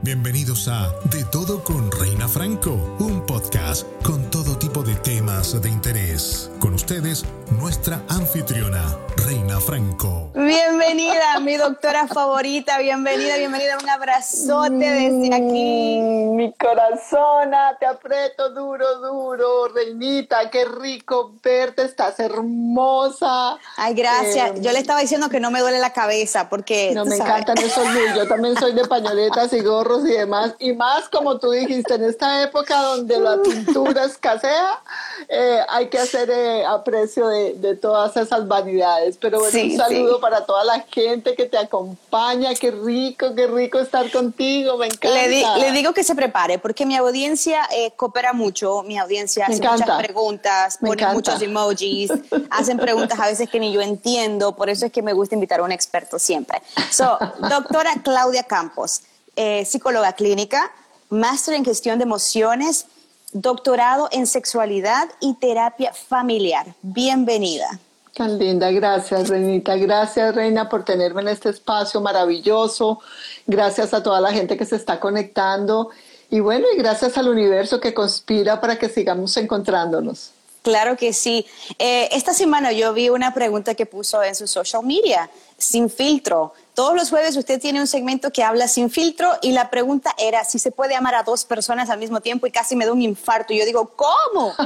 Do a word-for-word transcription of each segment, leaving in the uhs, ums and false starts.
Bienvenidos a De Todo con Reina Franco, un podcast con todo tipo de temas de interés. Con ustedes, nuestra anfitriona, Reina Franco. Bienvenida, mi doctora favorita, bienvenida, bienvenida, un abrazote desde aquí. Mm, mi corazona, te aprieto duro, duro, Reinita, qué rico verte, estás hermosa. Ay, gracias, eh, yo le estaba diciendo que no me duele la cabeza, porque... No, me sabes. encantan esos looks, yo también soy de pañoletas y gorros y demás, y más como tú dijiste, en esta época donde la pintura escasea, eh, hay que hacer eh, aprecio de, de todas esas vanidades, pero bueno, sí, un saludo sí. para toda la gente que te acompaña, qué rico, qué rico estar contigo, me encanta. Le, di, le digo que se prepare, porque mi audiencia eh, coopera mucho, mi audiencia me hace encanta. muchas preguntas, me pone encanta. muchos emojis, hacen preguntas a veces que ni yo entiendo, por eso es que me gusta invitar a un experto siempre. So, doctora Claudia Campos, eh, psicóloga clínica, máster en gestión de emociones, doctorado en sexualidad y terapia familiar. Bienvenida. Tan linda, gracias Reinita, gracias Reina por tenerme en este espacio maravilloso, gracias a toda la gente que se está conectando y bueno, y gracias al universo que conspira para que sigamos encontrándonos. Claro que sí. Eh, esta semana yo vi una pregunta que puso en su social media, sin filtro. Todos los jueves usted tiene un segmento que habla sin filtro y la pregunta era si se puede amar a dos personas al mismo tiempo y casi me da un infarto. Y yo digo, ¿cómo?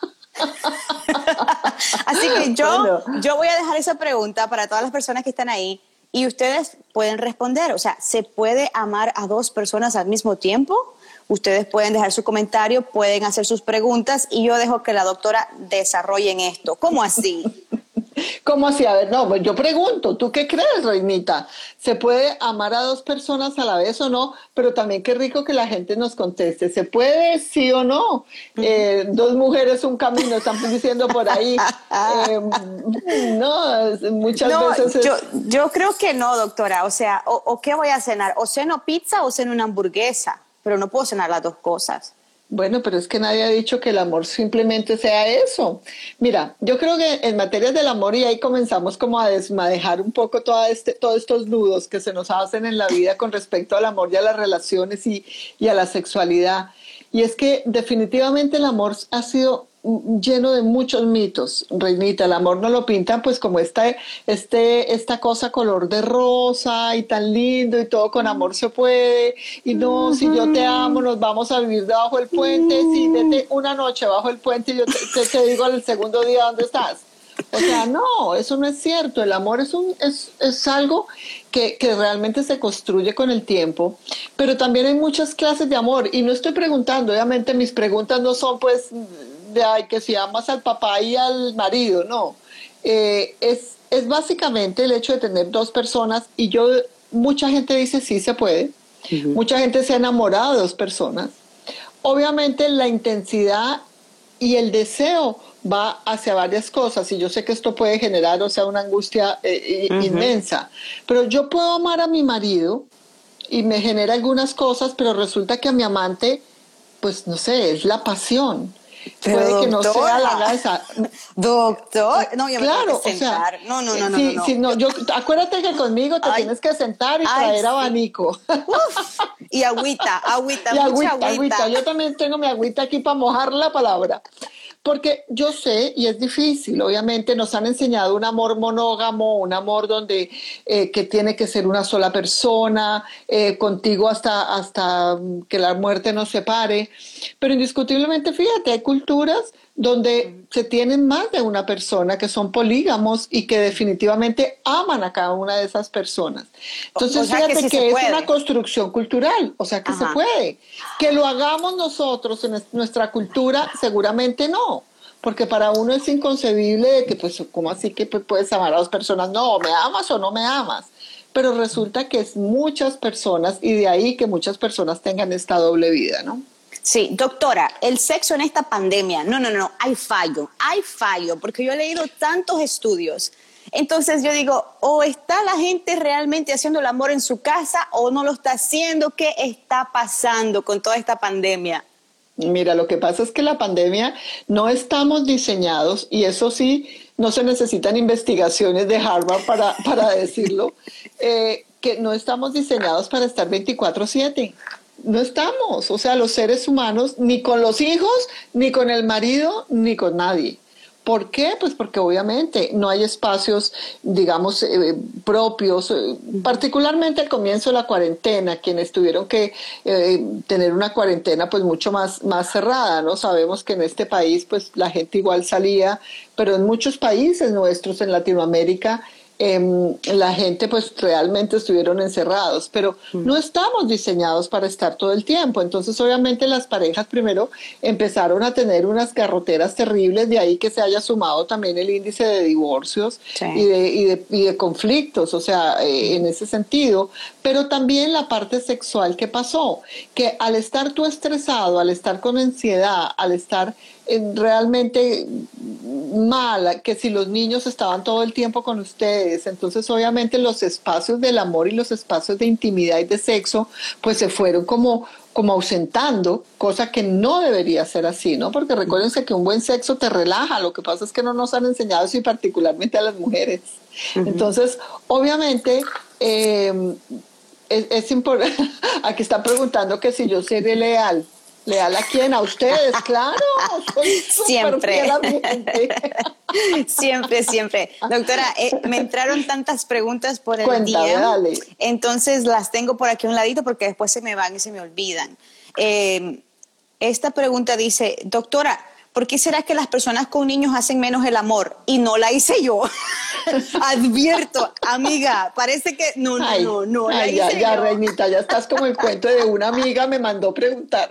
Así que yo, bueno. yo voy a dejar esa pregunta para todas las personas que están ahí y ustedes pueden responder. O sea, ¿se puede amar a dos personas al mismo tiempo? Ustedes pueden dejar su comentario, pueden hacer sus preguntas y yo dejo que la doctora desarrolle en esto. ¿Cómo así? ¿Cómo así? A ver, no, yo pregunto, ¿tú qué crees, Reinita? ¿Se puede amar a dos personas a la vez o no? Pero también qué rico que la gente nos conteste. ¿Se puede, sí o no? Uh-huh. eh, dos mujeres, un camino, están diciendo por ahí. eh, no, muchas no, veces... Es... Yo, yo creo que no, doctora. O sea, o, o ¿qué voy a cenar? O ceno pizza o ceno una hamburguesa. Pero no puedo cenar las dos cosas. Bueno, pero es que nadie ha dicho que el amor simplemente sea eso. Mira, yo creo que en materias del amor, y ahí comenzamos como a desmadejar un poco toda este, todos estos nudos que se nos hacen en la vida con respecto al amor y a las relaciones y, y a la sexualidad. Y es que definitivamente el amor ha sido lleno de muchos mitos, Reinita. El amor nos lo pintan pues como esta, este, esta cosa color de rosa y tan lindo y todo con amor se puede y no, uh-huh. si yo te amo nos vamos a vivir debajo del puente, uh-huh. si vete una noche bajo el puente y yo te, te, te digo al segundo día dónde estás. O sea, no, eso no es cierto. El amor es, un, es, es algo que, que realmente se construye con el tiempo, pero también hay muchas clases de amor y no estoy preguntando, obviamente mis preguntas no son pues de ay, que si amas al papá y al marido, no. Eh, es, es básicamente el hecho de tener dos personas y yo, mucha gente dice sí se puede, uh-huh. mucha gente se ha enamorado de dos personas. Obviamente la intensidad y el deseo va hacia varias cosas y yo sé que esto puede generar, o sea, una angustia eh, uh-huh. inmensa, pero yo puedo amar a mi marido y me genera algunas cosas, pero resulta que a mi amante, pues no sé, es la pasión. Pero puede doctora, que no sea la casa. Doctor, no, yo me claro, tengo que sentar. O sea, no, no, no, no, si, no, no. Si no yo, acuérdate que conmigo te ay, tienes que sentar y ay, traer sí. abanico. Uf, y agüita, agüita, y mucha agüita, agüita. agüita. Yo también tengo mi agüita aquí para mojar la palabra. Porque yo sé, y es difícil, obviamente nos han enseñado un amor monógamo, un amor donde eh, que tiene que ser una sola persona, eh, contigo hasta, hasta que la muerte nos separe. Pero indiscutiblemente, fíjate, hay culturas donde se tienen más de una persona que son polígamos y que definitivamente aman a cada una de esas personas. Entonces, o sea fíjate que, sí que es puede. Una construcción cultural, o sea que Ajá. se puede. Que lo hagamos nosotros en nuestra cultura, seguramente no. Porque para uno es inconcebible de que, pues, ¿cómo así que puedes amar a dos personas? No, ¿me amas o no me amas? Pero resulta que es muchas personas y de ahí que muchas personas tengan esta doble vida, ¿no? Sí, doctora, el sexo en esta pandemia, no, no, no, hay fallo, hay fallo, porque yo he leído tantos estudios. Entonces yo digo, o está la gente realmente haciendo el amor en su casa o no lo está haciendo. ¿Qué está pasando con toda esta pandemia? Mira, lo que pasa es que la pandemia no estamos diseñados, y eso sí, no se necesitan investigaciones de Harvard para, para decirlo, eh, que no estamos diseñados para estar veinticuatro siete. no estamos, o sea, los seres humanos, ni con los hijos, ni con el marido, ni con nadie. ¿Por qué? Pues porque obviamente no hay espacios, digamos, eh, propios, eh, particularmente al comienzo de la cuarentena, quienes tuvieron que eh, tener una cuarentena pues mucho más, más cerrada, ¿no? Sabemos que en este país pues la gente igual salía, pero en muchos países nuestros en Latinoamérica Eh, la gente pues realmente estuvieron encerrados, pero mm. no estamos diseñados para estar todo el tiempo. Entonces obviamente las parejas primero empezaron a tener unas garroteras terribles, de ahí que se haya sumado también el índice de divorcios sí. y, de, y, de, y de conflictos, o sea, eh, en ese sentido, pero también la parte sexual que pasó, que al estar tú estresado, al estar con ansiedad, al estar realmente mal, que si los niños estaban todo el tiempo con ustedes, entonces obviamente los espacios del amor y los espacios de intimidad y de sexo pues se fueron como, como ausentando, cosa que no debería ser así, ¿no? Porque recuérdense que un buen sexo te relaja, lo que pasa es que no nos han enseñado eso y particularmente a las mujeres. Uh-huh. Entonces obviamente eh, es, es importante, aquí están preguntando que si yo seré leal. ¿Leal a quién? ¿A ustedes? Claro, soy siempre. Fiel a mi gente. Siempre, siempre. Doctora, eh, me entraron tantas preguntas por el Cuéntame, día, dale. Entonces las tengo por aquí a un ladito porque después se me van y se me olvidan. Eh, esta pregunta dice, doctora, ¿por qué será que las personas con niños hacen menos el amor? Y no la hice yo. Advierto, amiga, parece que no, no, ay, no, no la ay, hice ya, ya, yo. Reinita, ya estás como el cuento de una amiga me mandó preguntar.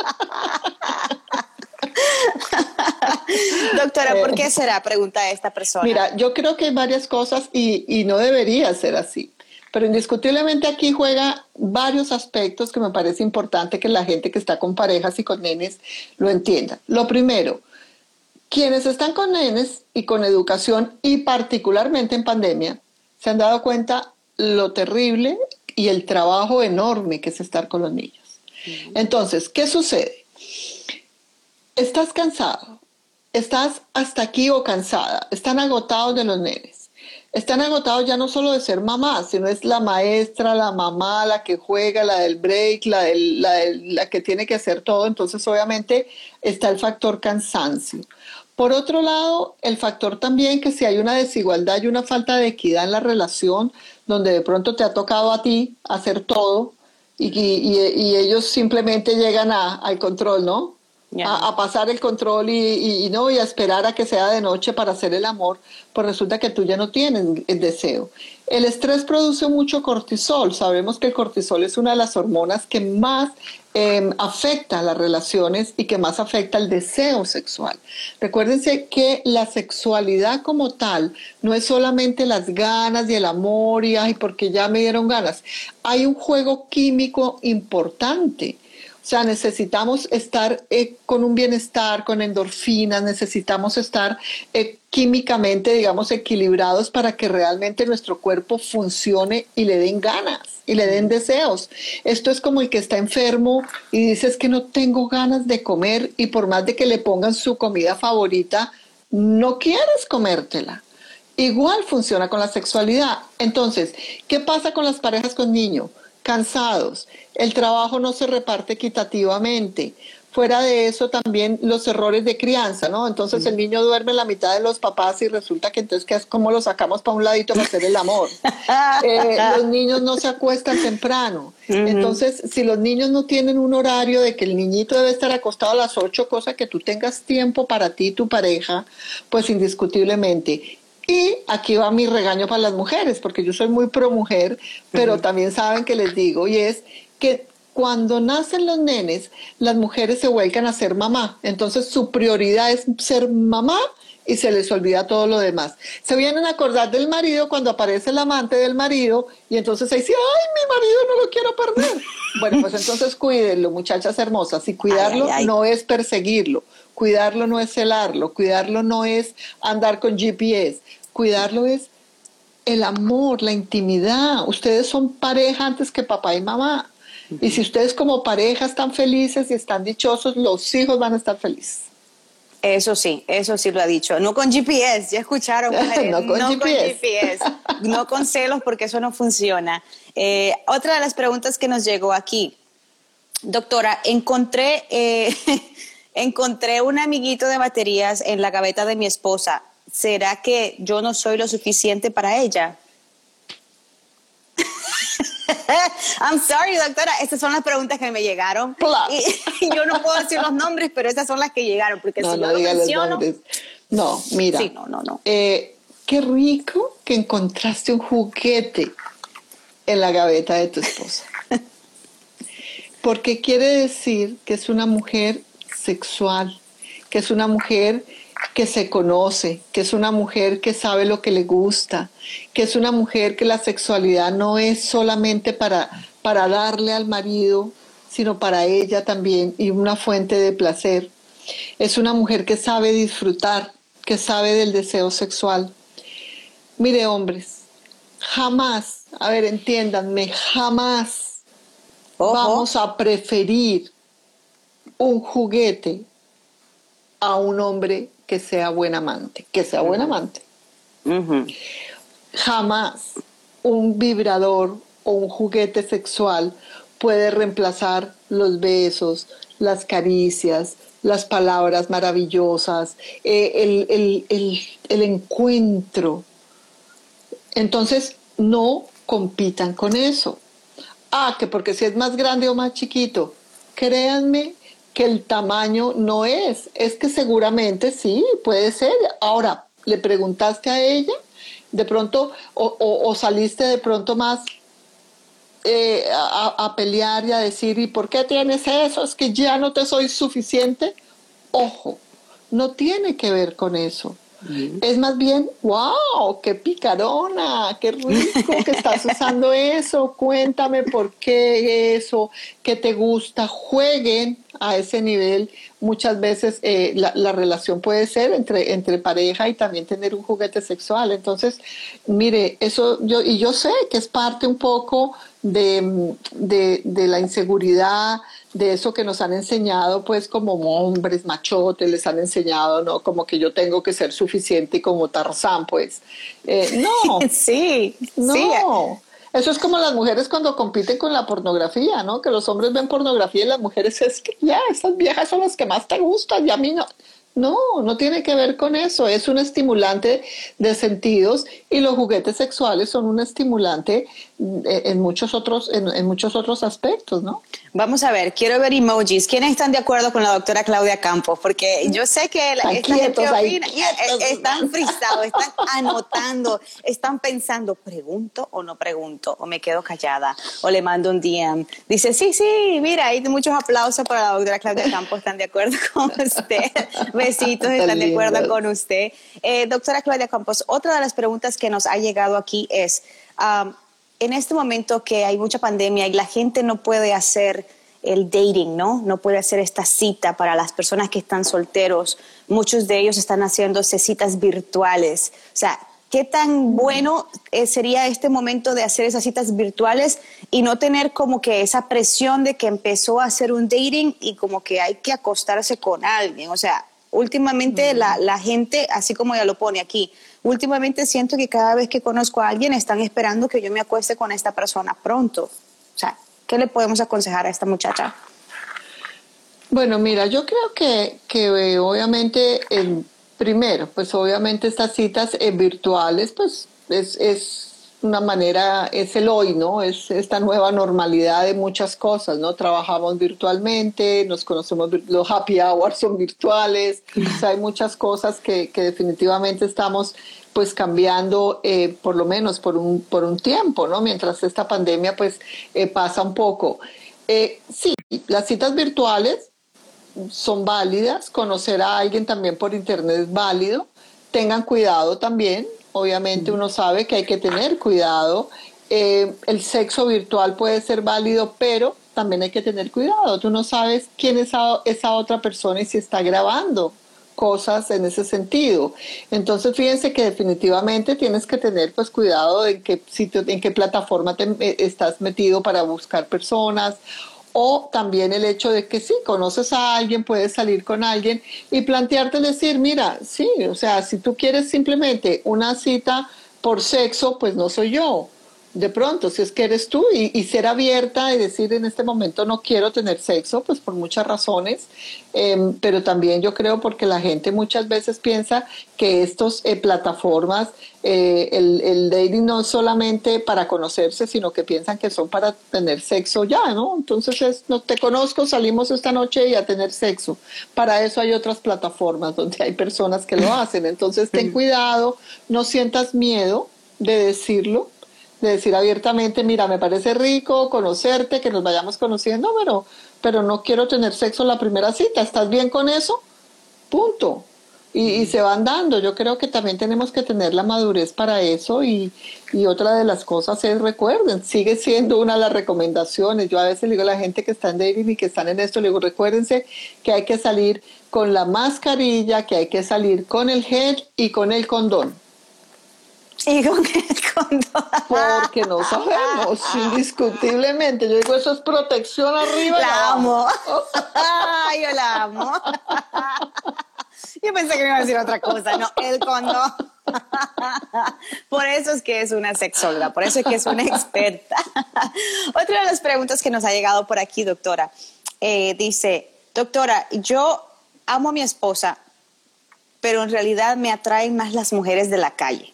Doctora, ¿por qué será? Pregunta esta persona. Mira, yo creo que hay varias cosas y, y no debería ser así. Pero indiscutiblemente aquí juega varios aspectos que me parece importante que la gente que está con parejas y con nenes lo entienda. Lo primero, quienes están con nenes y con educación y particularmente en pandemia, se han dado cuenta lo terrible y el trabajo enorme que es estar con los niños. Uh-huh. Entonces, ¿qué sucede? Estás cansado, estás hasta aquí o cansada, están agotados de los nenes. Están agotados ya no solo de ser mamá, sino es la maestra, la mamá, la que juega, la del break, la, del, la, del, la que tiene que hacer todo. Entonces, obviamente, está el factor cansancio. Por otro lado, el factor también que si hay una desigualdad y una falta de equidad en la relación, donde de pronto te ha tocado a ti hacer todo y, y, y ellos simplemente llegan a, al control, ¿no? Yeah. A, a pasar el control y, y, y no y a esperar a que sea de noche para hacer el amor, pues resulta que tú ya no tienes el deseo. El estrés produce mucho cortisol. Sabemos que el cortisol es una de las hormonas que más eh, afecta a las relaciones y que más afecta el deseo sexual. Recuérdense que la sexualidad como tal no es solamente las ganas y el amor y ay, porque ya me dieron ganas. Hay un juego químico importante. O sea, necesitamos estar eh, con un bienestar, con endorfinas, necesitamos estar eh, químicamente, digamos, equilibrados para que realmente nuestro cuerpo funcione y le den ganas y le den deseos. Esto es como el que está enfermo y dices que no tengo ganas de comer y por más de que le pongan su comida favorita, no quieres comértela. Igual funciona con la sexualidad. Entonces, ¿qué pasa con las parejas con niños? Cansados, el trabajo no se reparte equitativamente. Fuera de eso también los errores de crianza, ¿no? Entonces el niño duerme en la mitad de los papás y resulta que entonces ¿qué es como lo sacamos para un ladito para hacer el amor? eh, los niños no se acuestan temprano. Uh-huh. Entonces, si los niños no tienen un horario de que el niñito debe estar acostado a las ocho, cosa que tú tengas tiempo para ti y tu pareja, pues indiscutiblemente. Y aquí va mi regaño para las mujeres, porque yo soy muy pro mujer, pero uh-huh. también saben que les digo, y es que cuando nacen los nenes, las mujeres se vuelcan a ser mamá. Entonces su prioridad es ser mamá y se les olvida todo lo demás. Se vienen a acordar del marido cuando aparece el amante del marido y entonces se dice, ay, mi marido no lo quiero perder. Bueno, pues entonces cuídenlo, muchachas hermosas, y cuidarlo ay, ay, ay. no es perseguirlo. Cuidarlo no es celarlo, cuidarlo no es andar con G P S, cuidarlo es el amor, la intimidad. Ustedes son pareja antes que papá y mamá. Uh-huh. Y si ustedes como pareja están felices y están dichosos, los hijos van a estar felices. Eso sí, eso sí lo ha dicho. No con G P S, ya escucharon. no con, no G P S. con G P S, no con celos porque eso no funciona. Eh, otra de las preguntas que nos llegó aquí. Doctora, encontré, eh, encontré un amiguito de baterías en la gaveta de mi esposa. ¿Será que yo no soy lo suficiente para ella? I'm sorry, doctora, estas son las preguntas que me llegaron. Y, y yo no puedo decir los nombres, pero estas son las que llegaron, porque no, si no yo diga lo menciono... los nombres. No, mira. Sí, no, no, no. Eh, qué rico que encontraste un juguete en la gaveta de tu esposa. Porque quiere decir que es una mujer sexual, que es una mujer que se conoce, que es una mujer que sabe lo que le gusta, que es una mujer que la sexualidad no es solamente para, para darle al marido, sino para ella también y una fuente de placer. Es una mujer que sabe disfrutar, que sabe del deseo sexual. Mire, hombres, jamás, a ver, entiéndanme, jamás Ojo. vamos a preferir un juguete a un hombre que sea buen amante, que sea buen amante. Uh-huh. Jamás un vibrador o un juguete sexual puede reemplazar los besos, las caricias, las palabras maravillosas, eh, el, el, el, el encuentro. Entonces, no compitan con eso. Ah, que porque si es más grande o más chiquito, créanme que el tamaño no es, es que seguramente sí, puede ser. Ahora, ¿le preguntaste a ella? De pronto, o, o, o saliste de pronto más eh, a, a pelear y a decir, ¿y por qué tienes eso? Es que ya no te soy suficiente. Ojo, no tiene que ver con eso. Mm. Es más bien, wow, qué picarona, qué rico que estás usando eso, cuéntame por qué eso, qué te gusta, jueguen a ese nivel. Muchas veces eh, la, la relación puede ser entre, entre pareja y también tener un juguete sexual. Entonces, mire, eso yo, y yo sé que es parte un poco de, de, de la inseguridad, de eso que nos han enseñado, pues, como hombres machotes, les han enseñado, ¿no? Como que yo tengo que ser suficiente como Tarzán, pues. Eh, no. sí, no. sí. Eso es como las mujeres cuando compiten con la pornografía, ¿no? Que los hombres ven pornografía y las mujeres es que ya, estas viejas son las que más te gustan y a mí no. No, no tiene que ver con eso. Es un estimulante de sentidos y los juguetes sexuales son un estimulante en muchos otros, en, en muchos otros aspectos, ¿no? Vamos a ver, quiero ver emojis. ¿Quiénes están de acuerdo con la doctora Claudia Campos? Porque yo sé que la, esta gente opina, están frisados, están anotando, están pensando, ¿pregunto o no pregunto? ¿O me quedo callada? ¿O le mando un D M? Dice, sí, sí, mira, hay muchos aplausos para la doctora Claudia Campos, están de acuerdo con usted. Besitos, están de acuerdo con usted. Eh, doctora Claudia Campos, otra de las preguntas que nos ha llegado aquí es... Um, en este momento que hay mucha pandemia y la gente no puede hacer el dating, ¿no? No puede hacer esta cita para las personas que están solteros. Muchos de ellos están haciéndose citas virtuales. O sea, ¿qué tan bueno sería este momento de hacer esas citas virtuales y no tener como que esa presión de que empezó a hacer un dating y como que hay que acostarse con alguien? O sea, últimamente mm. la, la gente, así como ella lo pone aquí, últimamente siento que cada vez que conozco a alguien están esperando que yo me acueste con esta persona pronto. O sea, ¿qué le podemos aconsejar a esta muchacha? Bueno, mira, yo creo que, que eh, obviamente, eh, primero, pues obviamente estas citas eh, virtuales, pues es, es una manera, es el hoy, ¿no? Es esta nueva normalidad de muchas cosas, ¿no? Trabajamos virtualmente, nos conocemos, los happy hours son virtuales, o sea, hay muchas cosas que, que definitivamente estamos pues cambiando, eh, por lo menos por un, por un tiempo, ¿no? Mientras esta pandemia pues eh, pasa un poco. Eh, sí, las citas virtuales son válidas, conocer a alguien también por internet es válido, tengan cuidado también. Obviamente uno sabe que hay que tener cuidado. Eh, el sexo virtual puede ser válido, pero también hay que tener cuidado. Tú no sabes quién es esa, esa otra persona y si está grabando cosas en ese sentido. Entonces, fíjense que definitivamente tienes que tener pues cuidado en qué sitio, en qué plataforma te, eh, estás metido para buscar personas. O también el hecho de que sí, conoces a alguien, puedes salir con alguien y plantearte decir, mira, sí, o sea, si tú quieres simplemente una cita por sexo, pues no soy yo. de pronto, si es que eres tú, y, y ser abierta y decir en este momento no quiero tener sexo, pues por muchas razones, eh, pero también yo creo porque la gente muchas veces piensa que estas eh, plataformas, eh, el, el dating no es solamente para conocerse, sino que piensan que son para tener sexo ya, ¿no? Entonces es, no te conozco, salimos esta noche y a tener sexo. Para eso hay otras plataformas donde hay personas que lo hacen, entonces ten cuidado, no sientas miedo de decirlo, de decir abiertamente, mira, me parece rico conocerte, que nos vayamos conociendo, pero, pero no quiero tener sexo en la primera cita. ¿Estás bien con eso? Punto. Y, y se van dando. Yo creo que también tenemos que tener la madurez para eso. Y, y otra de las cosas es, recuerden, sigue siendo una de las recomendaciones. Yo a veces le digo a la gente que está en dating y que están en esto, le digo, recuérdense que hay que salir con la mascarilla, que hay que salir con el gel y con el condón. Y con el condón. Porque no sabemos, indiscutiblemente. Yo digo, eso es protección arriba. La amo. Yo la amo. Yo pensé que me iba a decir otra cosa. No, el condón. Por eso es que es una sexóloga, por eso es que es una experta. Otra de las preguntas que nos ha llegado por aquí, doctora, eh, dice, doctora, yo amo a mi esposa, pero en realidad me atraen más las mujeres de la calle.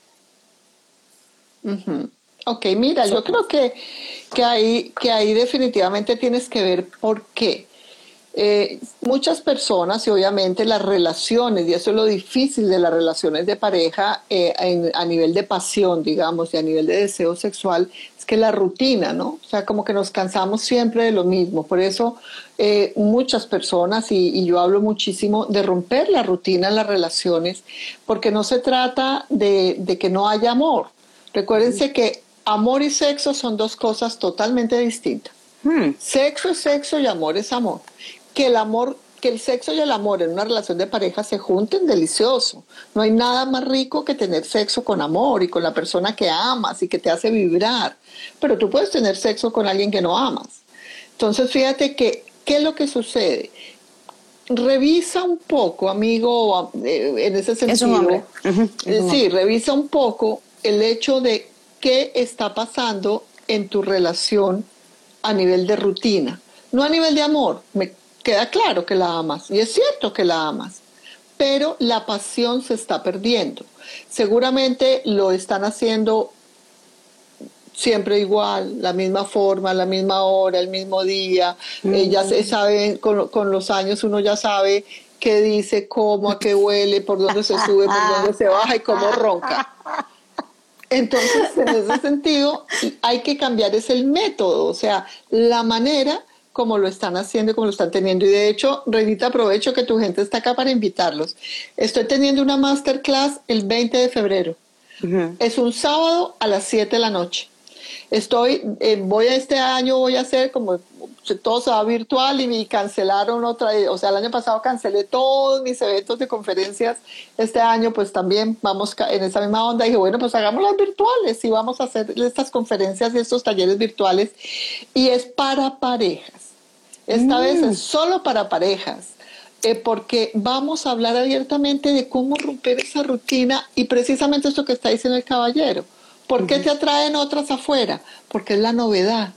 Uh-huh. Ok, mira, yo creo que, que, ahí, que ahí definitivamente tienes que ver por qué. Eh, muchas personas y obviamente las relaciones, y eso es lo difícil de las relaciones de pareja eh, en, a nivel de pasión, digamos, y a nivel de deseo sexual, es que la rutina, ¿no? O sea, como que nos cansamos siempre de lo mismo. Por eso eh, muchas personas, y, y yo hablo muchísimo de romper la rutina en las relaciones, porque no se trata de, de que no haya amor. Recuérdense que amor y sexo son dos cosas totalmente distintas. Hmm. Sexo es sexo y amor es amor. Que el amor, que el sexo y el amor en una relación de pareja se junten, delicioso. No hay nada más rico que tener sexo con amor y con la persona que amas y que te hace vibrar. Pero tú puedes tener sexo con alguien que no amas. Entonces, fíjate que, ¿qué es lo que sucede? Revisa un poco, amigo, en ese sentido. Es un hombre. Uh-huh. Es un sí, hombre. Revisa un poco el hecho de qué está pasando en tu relación a nivel de rutina, no a nivel de amor. Me queda claro que la amas, y es cierto que la amas, pero la pasión se está perdiendo. Seguramente lo están haciendo siempre igual, la misma forma, la misma hora, el mismo día. Mm. Eh, ya se sabe, con, con los años uno ya sabe qué dice, cómo, a qué huele, por dónde se sube, por dónde se baja y cómo ronca. Entonces, en ese sentido, hay que cambiar es el método, o sea, la manera como lo están haciendo y como lo están teniendo. Y de hecho, Reinita, aprovecho que tu gente está acá para invitarlos. Estoy teniendo una masterclass el veinte de febrero. Uh-huh. Es un sábado a las siete de la noche. Estoy, eh, voy a este año, voy a hacer como todo se va virtual y me cancelaron otra, o sea, el año pasado cancelé todos mis eventos de conferencias, este año pues también vamos en esa misma onda, y dije, bueno, pues hagámoslas virtuales y vamos a hacer estas conferencias y estos talleres virtuales, y es para parejas, esta mm. vez es solo para parejas. Eh, porque vamos a hablar abiertamente de cómo romper esa rutina, y precisamente esto que está diciendo el caballero. ¿Por qué uh-huh. te atraen otras afuera? Porque es la novedad.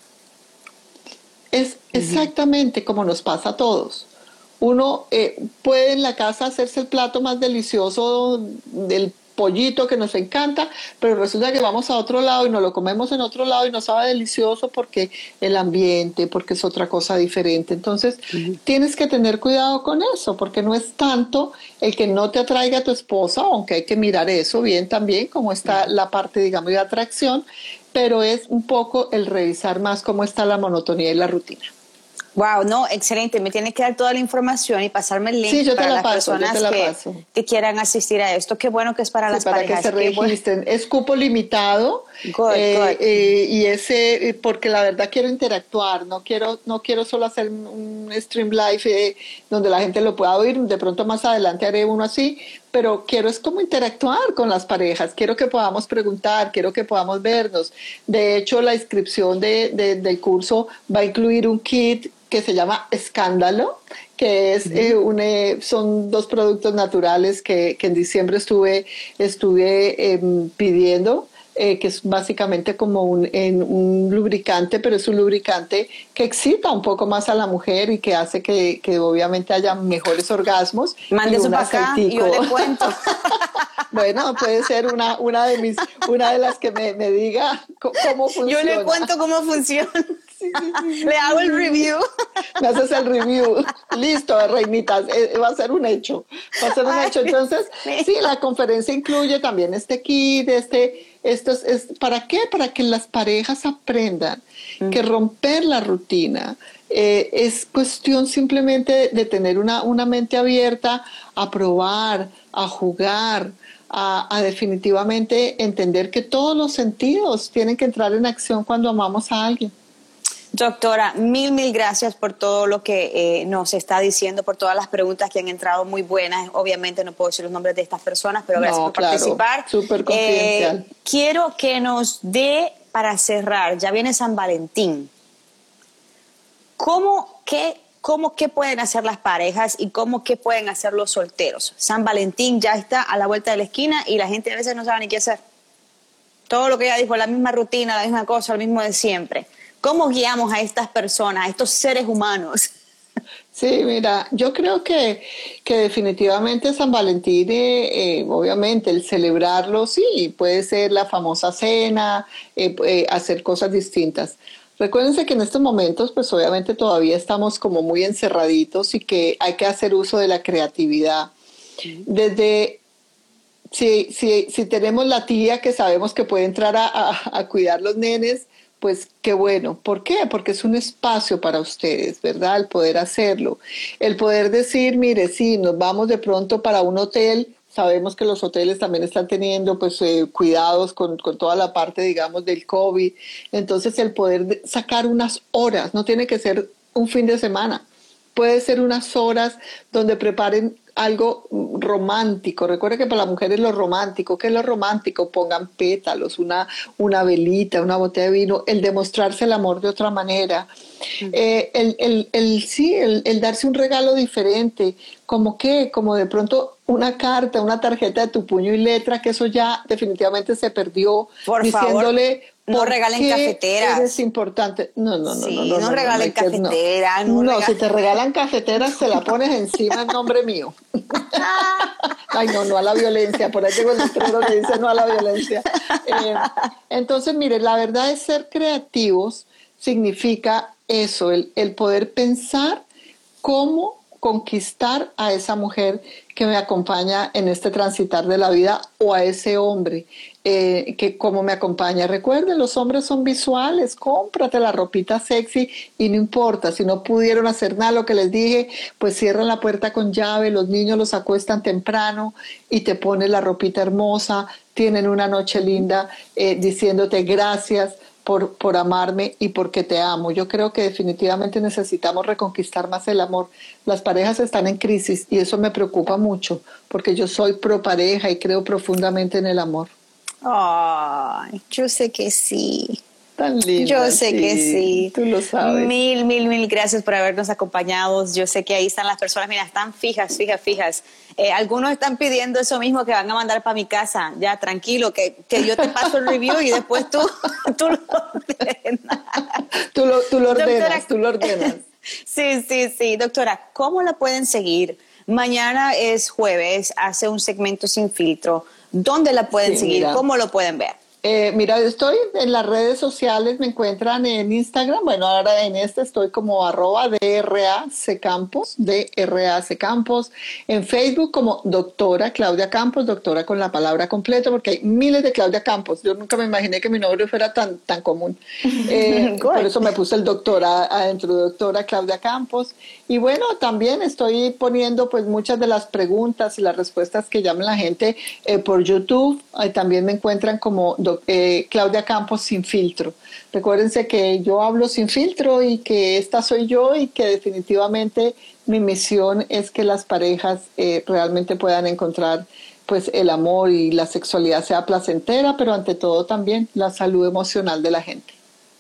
Es exactamente uh-huh. como nos pasa a todos. Uno eh, puede en la casa hacerse el plato más delicioso del pollito que nos encanta, pero resulta que vamos a otro lado y nos lo comemos en otro lado y nos sabe delicioso porque el ambiente, porque es otra cosa diferente. Entonces, uh-huh. tienes que tener cuidado con eso, porque no es tanto el que no te atraiga a tu esposa, aunque hay que mirar eso bien también, como está uh-huh. la parte, digamos, de atracción, pero es un poco el revisar más cómo está la monotonía y la rutina. Wow, no, excelente. Me tiene que dar toda la información y pasarme el link sí, yo para te la las paso, personas yo te la que, paso. que quieran asistir a esto. Qué bueno que es para sí, las para parejas. que se registren. Bueno. Es cupo limitado. Good, eh, good. Eh, y ese, porque la verdad quiero interactuar. No quiero, no quiero solo hacer un stream live eh, donde la gente lo pueda oír. De pronto más adelante haré uno así. Pero quiero es como interactuar con las parejas. Quiero que podamos preguntar, quiero que podamos vernos. De hecho, la inscripción de, de, del curso va a incluir un kit que se llama Escándalo, que es, uh-huh. eh, un, eh, son dos productos naturales que, que en diciembre estuve, estuve eh, pidiendo eh, que es básicamente como un, en, un lubricante, pero es un lubricante que excita un poco más a la mujer y que hace que, que obviamente haya mejores orgasmos. Mande eso para acá y yo le cuento. Bueno, puede ser una, una, de mis, una de las que me, me diga cómo funciona. Yo le cuento cómo funciona. Sí, sí, sí, le hago el review. Me haces el review. Listo, reinitas, eh, va a ser un hecho. Va a ser un hecho. Entonces, sí, la conferencia incluye también este kit, este, estos, es, ¿para qué? Para que las parejas aprendan mm. que romper la rutina eh, es cuestión simplemente de tener una, una mente abierta a probar, a jugar, A, a definitivamente entender que todos los sentidos tienen que entrar en acción cuando amamos a alguien. Doctora, mil, mil gracias por todo lo que eh, nos está diciendo, por todas las preguntas que han entrado muy buenas. Obviamente no puedo decir los nombres de estas personas, pero gracias no, por claro, participar. Súper confidencial. Eh, quiero que nos dé, para cerrar, ya viene San Valentín. ¿Cómo, qué, cómo, qué pueden hacer las parejas y cómo, qué pueden hacer los solteros? San Valentín ya está a la vuelta de la esquina y la gente a veces no sabe ni qué hacer. Todo lo que ella dijo, la misma rutina, la misma cosa, lo mismo de siempre. ¿Cómo guiamos a estas personas, a estos seres humanos? Sí, mira, yo creo que, que definitivamente San Valentín, eh, eh, obviamente el celebrarlo, sí, puede ser la famosa cena, eh, eh, hacer cosas distintas. Recuérdense que en estos momentos, pues obviamente todavía estamos como muy encerraditos y que hay que hacer uso de la creatividad. Desde... Si, si, si tenemos la tía que sabemos que puede entrar a, a, a cuidar los nenes, pues qué bueno. ¿Por qué? Porque es un espacio para ustedes, ¿verdad? El poder hacerlo. El poder decir, mire, sí, nos vamos de pronto para un hotel. Sabemos que los hoteles también están teniendo pues eh, cuidados con, con toda la parte, digamos, del COVID. Entonces, el poder sacar unas horas, no tiene que ser un fin de semana. Puede ser unas horas donde preparen algo romántico. Recuerda que para las mujeres lo romántico, ¿qué es lo romántico? Pongan pétalos, una, una velita, una botella de vino, el demostrarse el amor de otra manera. Uh-huh. Eh, el, el, el, sí, el, el darse un regalo diferente, como que, como de pronto una carta, una tarjeta de tu puño y letra, que eso ya definitivamente se perdió. Por diciéndole, favor. No regalen cafeteras. Es importante. No, no, no. Sí, no, no, no, no regalen no, cafeteras. No, no, no si te regalan cafeteras, te la pones encima en nombre mío. Ay, no, no a la violencia. Por ahí tengo el letrero que dice no a la violencia. Eh, entonces, mire, la verdad es ser creativos significa eso, el, el poder pensar cómo conquistar a esa mujer que me acompaña en este transitar de la vida o a ese hombre eh, que como me acompaña. Recuerden, los hombres son visuales, cómprate la ropita sexy y no importa, si no pudieron hacer nada, lo que les dije, pues cierran la puerta con llave, los niños los acuestan temprano y te pones la ropita hermosa, tienen una noche linda eh, diciéndote gracias Por, por amarme y porque te amo. Yo creo que definitivamente necesitamos reconquistar más el amor. Las parejas están en crisis y eso me preocupa mucho porque yo soy pro pareja y creo profundamente en el amor. Ay, yo sé que sí. Tan linda. Yo sé sí, que sí. Tú lo sabes. Mil, mil, mil gracias por habernos acompañado. Yo sé que ahí están las personas, mira, están fijas, fijas, fijas. Eh, algunos están pidiendo eso mismo que van a mandar para mi casa. Ya, tranquilo, que, que yo te paso el review y después tú, tú lo ordenas. Tú lo, tú lo ordenas, Doctora, tú lo ordenas. Sí, sí, sí. Doctora, ¿cómo la pueden seguir? Mañana es jueves, hace un segmento sin filtro. ¿Dónde la pueden sí, seguir? Mira. ¿Cómo lo pueden ver? Eh, mira, estoy en las redes sociales, me encuentran en Instagram, bueno, ahora en este estoy como arroba D R A C Campos, D R A C Campos, en Facebook como doctora Claudia Campos, doctora con la palabra completa, porque hay miles de Claudia Campos, yo nunca me imaginé que mi nombre fuera tan, tan común, eh, por eso me puse el doctora adentro, doctora Claudia Campos, y bueno, también estoy poniendo pues muchas de las preguntas y las respuestas que llaman la gente eh, por YouTube, ahí también me encuentran como Eh, Claudia Campos sin filtro. Recuérdense que yo hablo sin filtro y que esta soy yo y que definitivamente mi misión es que las parejas eh, realmente puedan encontrar pues el amor y la sexualidad sea placentera, pero ante todo también la salud emocional de la gente.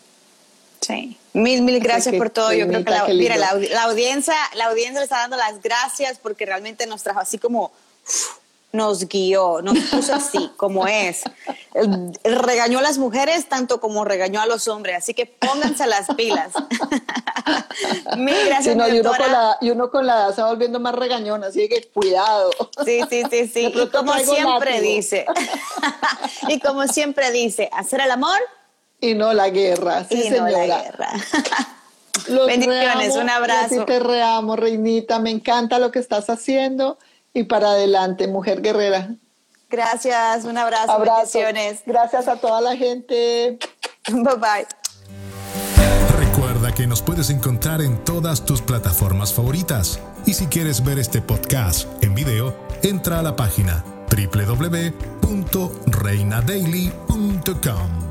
Sí. Mil, mil gracias por todo. Yo creo que la, mira, la, la audiencia, la audiencia le está dando las gracias porque realmente nos trajo así como uf, nos guió, nos puso así como es. Él, él regañó a las mujeres tanto como regañó a los hombres, así que pónganse las pilas. Mil gracias, sí, no, mi y, uno doctora. con la, y uno con la edad se va volviendo más regañón, así que cuidado. Sí, sí, sí, sí. Y como siempre látigo. dice, y como siempre dice, hacer el amor y no la guerra. Sí, y señora. no la guerra. Los Bendiciones, reamo, un abrazo. Y a ti te reamo, Reinita, me encanta lo que estás haciendo y para adelante, mujer guerrera. Gracias, un abrazo, Abrazo. bendiciones. Gracias a toda la gente. Bye bye. Recuerda que nos puedes encontrar en todas tus plataformas favoritas. Y si quieres ver este podcast en video, entra a la página doble u doble u doble u punto reina daily punto com.